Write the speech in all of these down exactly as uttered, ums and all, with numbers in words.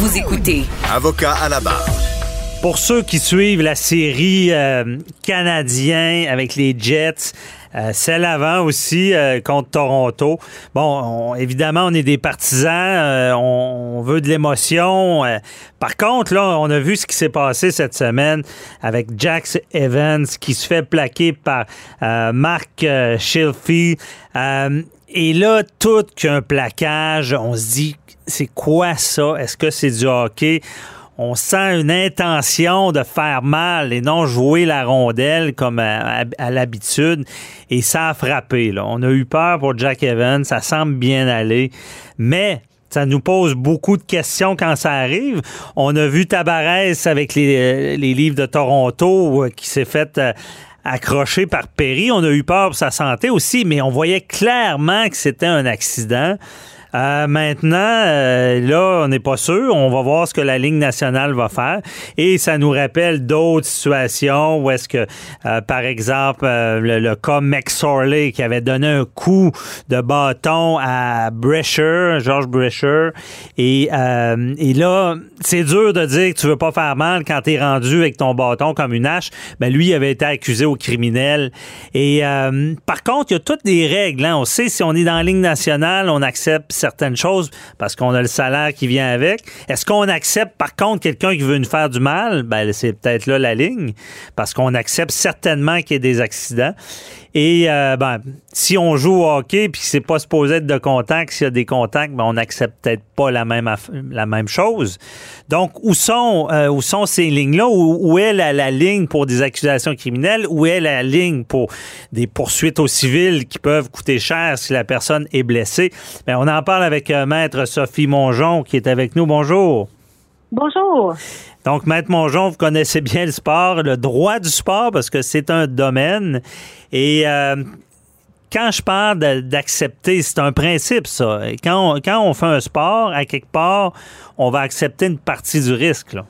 Vous écoutez Avocat à la barre. Pour ceux qui suivent la série euh, Canadiens avec les Jets, euh, celle avant aussi euh, contre Toronto. Bon, on, évidemment, on est des partisans, euh, on, on veut de l'émotion. Euh, par contre, là, on a vu ce qui s'est passé cette semaine avec Jack Evans qui se fait plaquer par euh, Mark euh, Shilfield. Euh, et là, tout qu'un plaquage, on se dit, c'est quoi ça? Est-ce que c'est du hockey? On sent une intention de faire mal et non jouer la rondelle comme à, à, à l'habitude. Et ça a frappé, là. On a eu peur pour Jack Evans. Ça semble bien aller. Mais ça nous pose beaucoup de questions quand ça arrive. On a vu Tabarez avec les, les livres de Toronto qui s'est fait euh, accrocher par Perry. On a eu peur pour sa santé aussi, mais on voyait clairement que c'était un accident. Euh, maintenant, euh, là, on n'est pas sûr. On va voir ce que la Ligue nationale va faire. Et ça nous rappelle d'autres situations où est-ce que, euh, par exemple, euh, le, le cas McSorley qui avait donné un coup de bâton à Brescher, George Brescher. Et, euh, et là, c'est dur de dire que tu veux pas faire mal quand t'es rendu avec ton bâton comme une hache. Ben lui, il avait été accusé au criminel. Et euh, par contre, il y a toutes des règles. Hein. On sait si on est dans la Ligue nationale, on accepte certaines choses parce qu'on a le salaire qui vient avec. Est-ce qu'on accepte, par contre, quelqu'un qui veut nous faire du mal? Ben, c'est peut-être là la ligne, parce qu'on accepte certainement qu'il y ait des accidents. Et euh, ben, si on joue au hockey puis que c'est pas supposé être de contact, s'il y a des contacts, ben, on n'accepte peut-être pas la même aff- la même chose. Donc, où sont euh, où sont ces lignes-là? Où, où est la, la ligne pour des accusations criminelles? Où est la ligne pour des poursuites au civil qui peuvent coûter cher si la personne est blessée? Ben, on en parle avec euh, Maître Sophie Mongeon qui est avec nous. Bonjour. Bonjour. Donc, Maître Mongeon, vous connaissez bien le sport, le droit du sport, parce que c'est un domaine. Et euh, quand je parle de, d'accepter, c'est un principe, ça. Quand on, quand on fait un sport, à quelque part, on va accepter une partie du risque, là.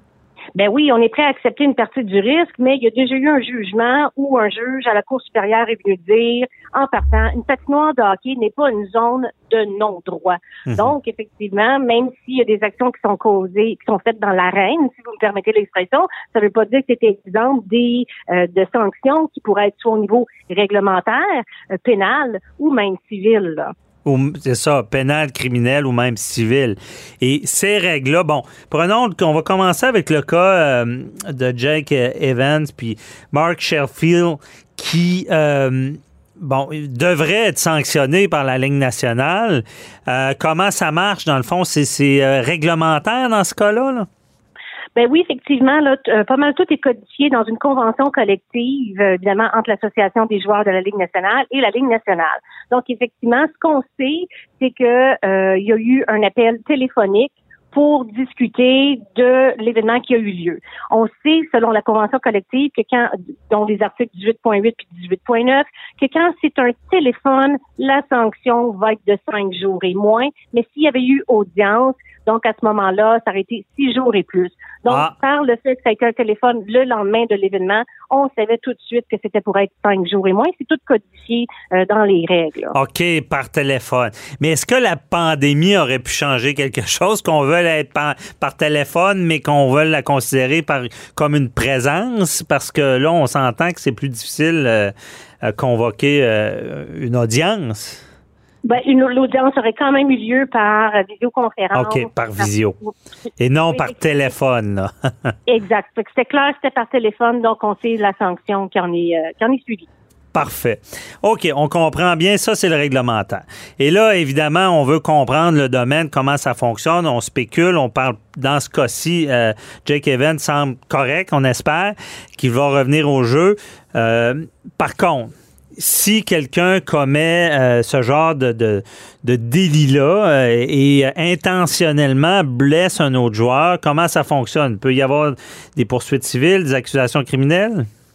Ben oui, on est prêt à accepter une partie du risque, mais il y a déjà eu un jugement où un juge à la Cour supérieure est venu dire, en partant, une patinoire de hockey n'est pas une zone de non-droit. Mmh. Donc, effectivement, même s'il y a des actions qui sont causées, qui sont faites dans l'arène, si vous me permettez l'expression, ça ne veut pas dire que c'est exemple des euh, de sanctions qui pourraient être soit au niveau réglementaire, euh, pénal ou même civil, là. C'est ça, pénal, criminel ou même civil. Et ces règles-là, bon, prenons, on va commencer avec le cas euh, de Jake Evans puis Mark Sheffield qui, euh, bon, devrait être sanctionné par la Ligue nationale. Euh, comment ça marche, dans le fond? C'est, c'est euh, réglementaire dans ce cas-là, là? Ben oui, effectivement, là, t- euh, pas mal tout est codifié dans une convention collective, euh, évidemment, entre l'Association des joueurs de la Ligue nationale et la Ligue nationale. Donc, effectivement, ce qu'on sait, c'est que euh, il y a eu un appel téléphonique pour discuter de l'événement qui a eu lieu. On sait, selon la convention collective, que quand, dont les articles dix-huit point huit puis dix-huit point neuf, que quand c'est un téléphone, la sanction va être de cinq jours et moins. Mais s'il y avait eu audience, donc à ce moment-là, ça aurait été six jours et plus. Donc, ah. par le fait que ça a été un téléphone le lendemain de l'événement, on savait tout de suite que c'était pour être cinq jours et moins. C'est tout codifié euh, dans les règles. Là. OK, par téléphone. Mais est-ce que la pandémie aurait pu changer quelque chose, qu'on veut être par, par téléphone, mais qu'on veut la considérer par, comme une présence? Parce que là, on s'entend que c'est plus difficile euh, à convoquer euh, une audience. Ben, une, l'audience aurait quand même eu lieu par visioconférence. OK, par visio. Et non par téléphone, là. Exact. C'était clair, c'était par téléphone, donc on sait la sanction qui en est, euh, qui en est suivie. Parfait. OK, on comprend bien. Ça, c'est le réglementaire. Et là, évidemment, on veut comprendre le domaine, comment ça fonctionne. On spécule, on parle, dans ce cas-ci, euh, Jake Evans semble correct, on espère qu'il va revenir au jeu. Euh, par contre, si quelqu'un commet euh, ce genre de, de, de délit-là euh, et euh, intentionnellement blesse un autre joueur, comment ça fonctionne? Peut y avoir des poursuites civiles, des accusations criminelles?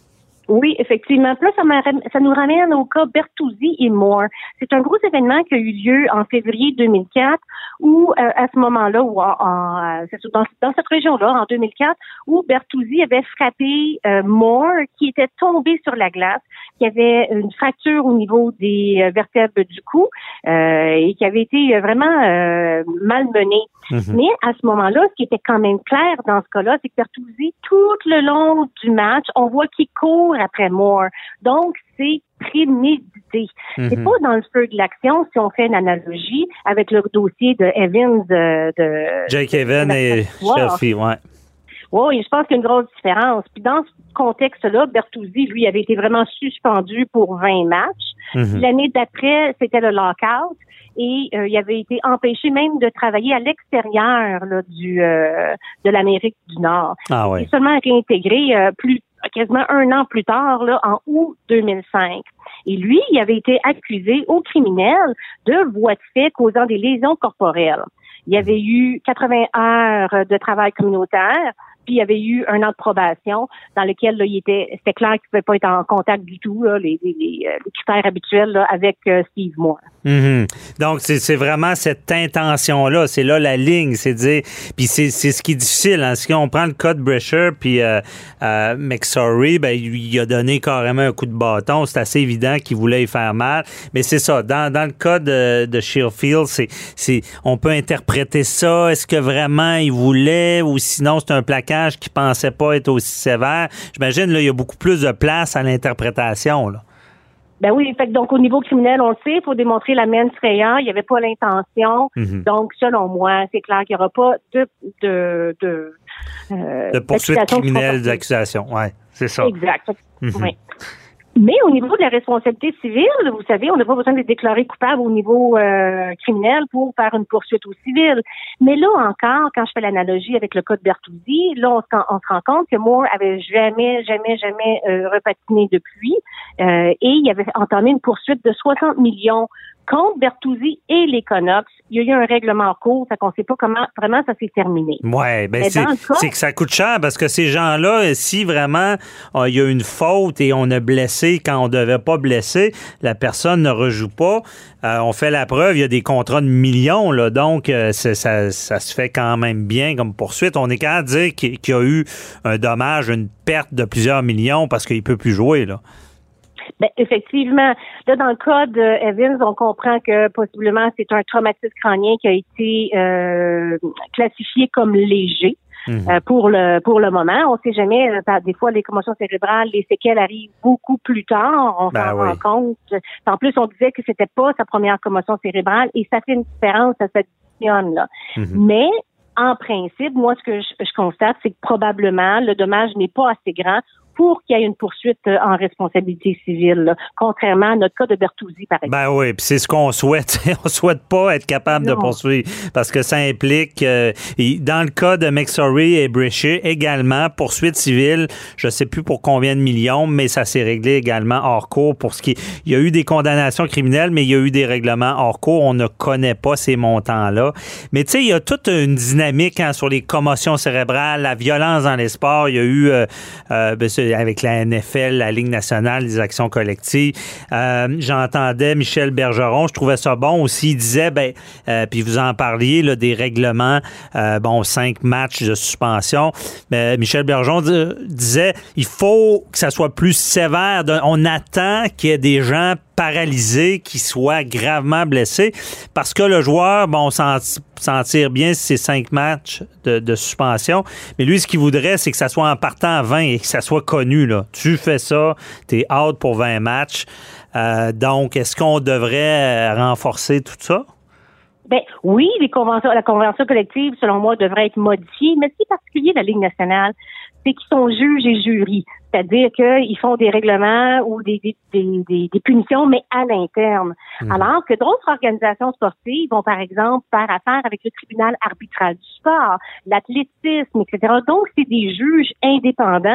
Oui, effectivement. Puis là, ça, ça nous ramène au cas Bertuzzi et Moore. C'est un gros événement qui a eu lieu en février deux mille quatre, où euh, à ce moment-là, ou en, en, dans, dans cette région-là, en deux mille quatre, où Bertuzzi avait frappé euh, Moore, qui était tombé sur la glace, qui avait une fracture au niveau des euh, vertèbres du cou euh, et qui avait été vraiment euh, malmené. Mm-hmm. Mais à ce moment-là, ce qui était quand même clair dans ce cas-là, c'est que Bertuzzi, tout le long du match, on voit qu'il court après Moore. Donc, c'est prémédité. Mm-hmm. C'est pas dans le feu de l'action si on fait une analogie avec le dossier de Evans de... de Jake Evans et Shelby, ouais. Oui, je pense qu'il y a une grosse différence. Puis dans ce contexte-là, Bertuzzi, lui, avait été vraiment suspendu pour vingt matchs. Mm-hmm. L'année d'après, c'était le lockout. Et euh, il avait été empêché même de travailler à l'extérieur là, du euh, de l'Amérique du Nord. Ah ouais. Il est seulement réintégré euh, plus quasiment un an plus tard, là, en août deux mille cinq. Et lui, il avait été accusé au criminel de voies de fait causant des lésions corporelles. Il y avait eu quatre-vingts heures de travail communautaire, puis il y avait eu un an de probation dans lequel là, il était, c'était clair qu'il ne pouvait pas être en contact du tout, là, les, les, les, les critères habituels là, avec euh, Steve Moore. Mm-hmm. Donc, c'est, c'est vraiment cette intention-là, c'est là la ligne, c'est dire, puis c'est, c'est ce qui est difficile, hein. Si on prend le cas de Brescher, puis euh, euh, McSorley, ben, il a donné carrément un coup de bâton, c'est assez évident qu'il voulait y faire mal, mais c'est ça, dans, dans le cas de, de Sherfield, c'est, c'est, on peut interpréter ça, est-ce que vraiment il voulait, ou sinon c'est un plaquage qui pensait pas être aussi sévère. J'imagine, là, il y a beaucoup plus de place à l'interprétation, là. Ben oui, fait que donc au niveau criminel, on le sait, il faut démontrer la mens rea, il n'y avait pas l'intention. Mm-hmm. Donc, selon moi, c'est clair qu'il n'y aura pas de de de, euh, de poursuite criminelle d'accusation. Ouais, c'est ça. Exact. Mm-hmm. Oui. Mais au niveau de la responsabilité civile, vous savez, on n'a pas besoin de déclarer coupable au niveau euh, criminel pour faire une poursuite au civil. Mais là encore, quand je fais l'analogie avec le cas de Bertuzzi, là, on se, on se rend compte que Moore avait jamais, jamais, jamais euh, repatiné depuis euh, et il avait entamé une poursuite de soixante millions contre Bertuzzi et les Canucks. Il y a eu un règlement en cours, fait qu'on ne sait pas comment vraiment ça s'est terminé. Oui, ben c'est, cas, c'est que ça coûte cher parce que ces gens-là, si vraiment euh, il y a une faute et on a blessé quand on ne devait pas blesser, la personne ne rejoue pas. Euh, on fait la preuve, il y a des contrats de millions, là, donc euh, ça, ça se fait quand même bien comme poursuite. On est capable de dire qu'il, qu'il y a eu un dommage, une perte de plusieurs millions parce qu'il ne peut plus jouer, là. Ben, effectivement. Là, dans le cas d'Evans, on comprend que possiblement c'est un traumatisme crânien qui a été euh, classifié comme léger. Mmh. Euh, pour le pour le moment, on sait jamais. Euh, des fois, les commotions cérébrales, les séquelles arrivent beaucoup plus tard. On ben s'en oui. rend compte. En plus, on disait que c'était pas sa première commotion cérébrale et ça fait une différence, ça s'additionne là. Mmh. Mais en principe, moi, ce que je, je constate, c'est que probablement le dommage n'est pas assez grand pour qu'il y ait une poursuite en responsabilité civile, là, contrairement à notre cas de Bertuzzi, par exemple. Ben oui, puis c'est ce qu'on souhaite. On souhaite pas être capable non. de poursuivre parce que ça implique, euh, dans le cas de McSorley et Brescher, également, poursuite civile, je sais plus pour combien de millions, mais ça s'est réglé également hors cours pour ce qui est... Il y a eu des condamnations criminelles, mais il y a eu des règlements hors cours. On ne connaît pas ces montants-là. Mais tu sais, il y a toute une dynamique hein, sur les commotions cérébrales, la violence dans les sports. Il y a eu... Euh, euh, ben, avec la N F L, la Ligue nationale des actions collectives. Euh, j'entendais Michel Bergeron, je trouvais ça bon aussi. Il disait, ben, euh, puis vous en parliez, là, des règlements, euh, bon, cinq matchs de suspension. Mais Michel Bergeron d- disait, il faut que ça soit plus sévère. On attend qu'il y ait des gens paralysés, qui soient gravement blessés, parce que le joueur, bon, s'en, s'en tire bien si c'est cinq matchs de, de suspension, mais lui, ce qu'il voudrait, c'est que ça soit en partant à vingt et que ça soit connu, là. Tu fais ça, t'es out pour vingt matchs. Euh, donc, est-ce qu'on devrait renforcer tout ça? Ben oui, les conventions, la convention collective, selon moi, devrait être modifiée, mais ce qui est particulier de la Ligue nationale, c'est qu'ils sont juges et jurys. C'est-à-dire qu'ils font des règlements ou des, des, des, des punitions, mais à l'interne. Mmh. Alors que d'autres organisations sportives vont, par exemple, faire affaire avec le tribunal arbitral du sport, l'athlétisme, et cetera. Donc, c'est des juges indépendants qui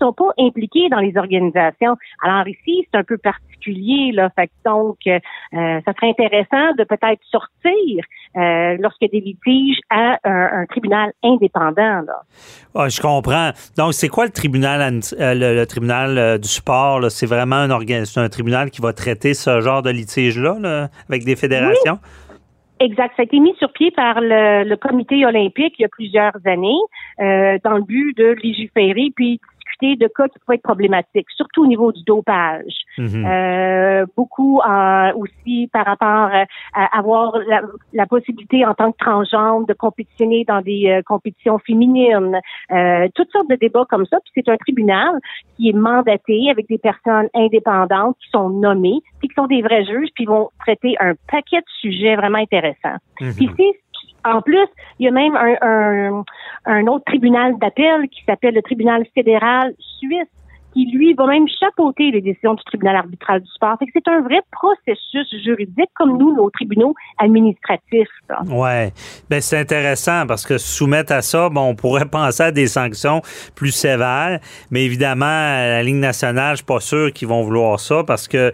sont pas impliqués dans les organisations. Alors ici, c'est un peu particulier, là. Fait que donc, euh, ça serait intéressant de peut-être sortir euh, lorsqu'il y a des litiges à un, un tribunal indépendant, là. Ah, je comprends. Donc, c'est quoi le tribunal euh, le, le tribunal euh, du sport, là? C'est vraiment un organ... c'est un tribunal qui va traiter ce genre de litige-là, là, avec des fédérations? Oui. Exact. Ça a été mis sur pied par le, le comité olympique il y a plusieurs années euh, dans le but de légiférer puis discuter de cas qui pouvaient être problématiques, surtout au niveau du dopage. Mm-hmm. Euh, beaucoup euh, aussi par rapport à avoir la, la possibilité en tant que transgenre de compétitionner dans des euh, compétitions féminines, euh, toutes sortes de débats comme ça. Puis c'est un tribunal qui est mandaté avec des personnes indépendantes qui sont nommées, puis qui sont des vrais juges, puis vont traiter un paquet de sujets vraiment intéressants. Mm-hmm. Puis c'est En plus, il y a même un, un, un autre tribunal d'appel qui s'appelle le tribunal fédéral suisse, qui, lui, va même chapeauter les décisions du tribunal arbitral du sport. Fait que c'est un vrai processus juridique, comme nous, nos tribunaux administratifs. Oui. Bien, c'est intéressant parce que soumettre à ça, bon, on pourrait penser à des sanctions plus sévères, mais évidemment, à la Ligue nationale, je suis pas sûr qu'ils vont vouloir ça parce que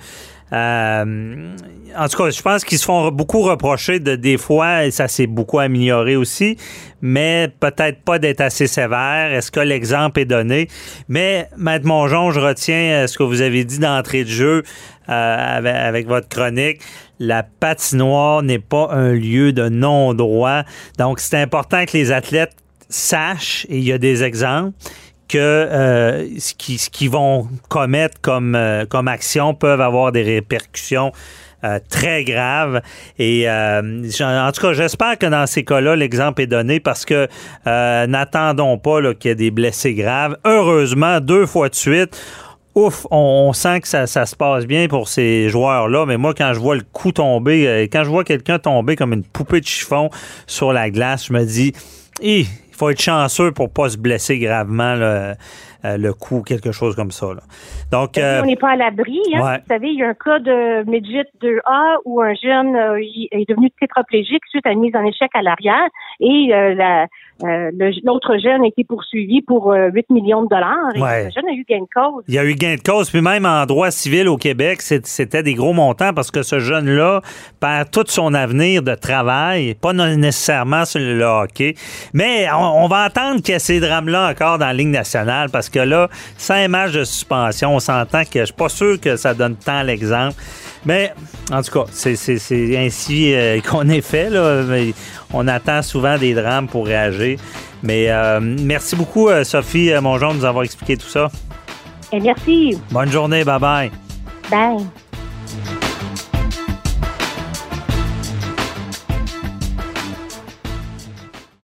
Euh, en tout cas, je pense qu'ils se font beaucoup reprocher de des fois, et ça s'est beaucoup amélioré aussi, mais peut-être pas d'être assez sévère. Est-ce que l'exemple est donné? Mais, Maître Mongeon, je retiens ce que vous avez dit d'entrée de jeu euh, avec, avec votre chronique. La patinoire n'est pas un lieu de non-droit. Donc, c'est important que les athlètes sachent, et il y a des exemples, que euh, ce qu'ils ce qu'ils vont commettre comme, euh, comme action peuvent avoir des répercussions euh, très graves. Et euh, en tout cas, j'espère que dans ces cas-là, l'exemple est donné parce que euh, n'attendons pas là, qu'il y ait des blessés graves. Heureusement, deux fois de suite, ouf, on, on sent que ça, ça se passe bien pour ces joueurs-là. Mais moi, quand je vois le coup tomber, euh, quand je vois quelqu'un tomber comme une poupée de chiffon sur la glace, je me dis, il faut être chanceux pour pas se blesser gravement là, euh, le cou, quelque chose comme ça. Là. Donc, euh, on n'est pas à l'abri. Hein? Ouais. Vous savez, il y a un cas de midget deux A où un jeune euh, est devenu tétraplégique suite à une mise en échec à l'arrière et euh, la, euh, le, l'autre jeune a été poursuivi pour euh, huit millions de dollars. Et ouais. Le jeune a eu gain de cause. Il y a eu gain de cause. Puis même en droit civil au Québec, c'était des gros montants parce que ce jeune-là perd tout son avenir de travail, pas nécessairement sur le hockey. Mais on, on va attendre qu'il y ait ces drames-là encore dans la Ligue nationale parce que là, cinq matchs de suspension, on s'entend que je suis pas sûr que ça donne tant l'exemple. Mais en tout cas, c'est, c'est, c'est ainsi euh, qu'on est fait. Là. On attend souvent des drames pour réagir. Mais euh, merci beaucoup, Sophie Mongeon, de nous avoir expliqué tout ça. Et merci. Bonne journée. Bye-bye. Bye.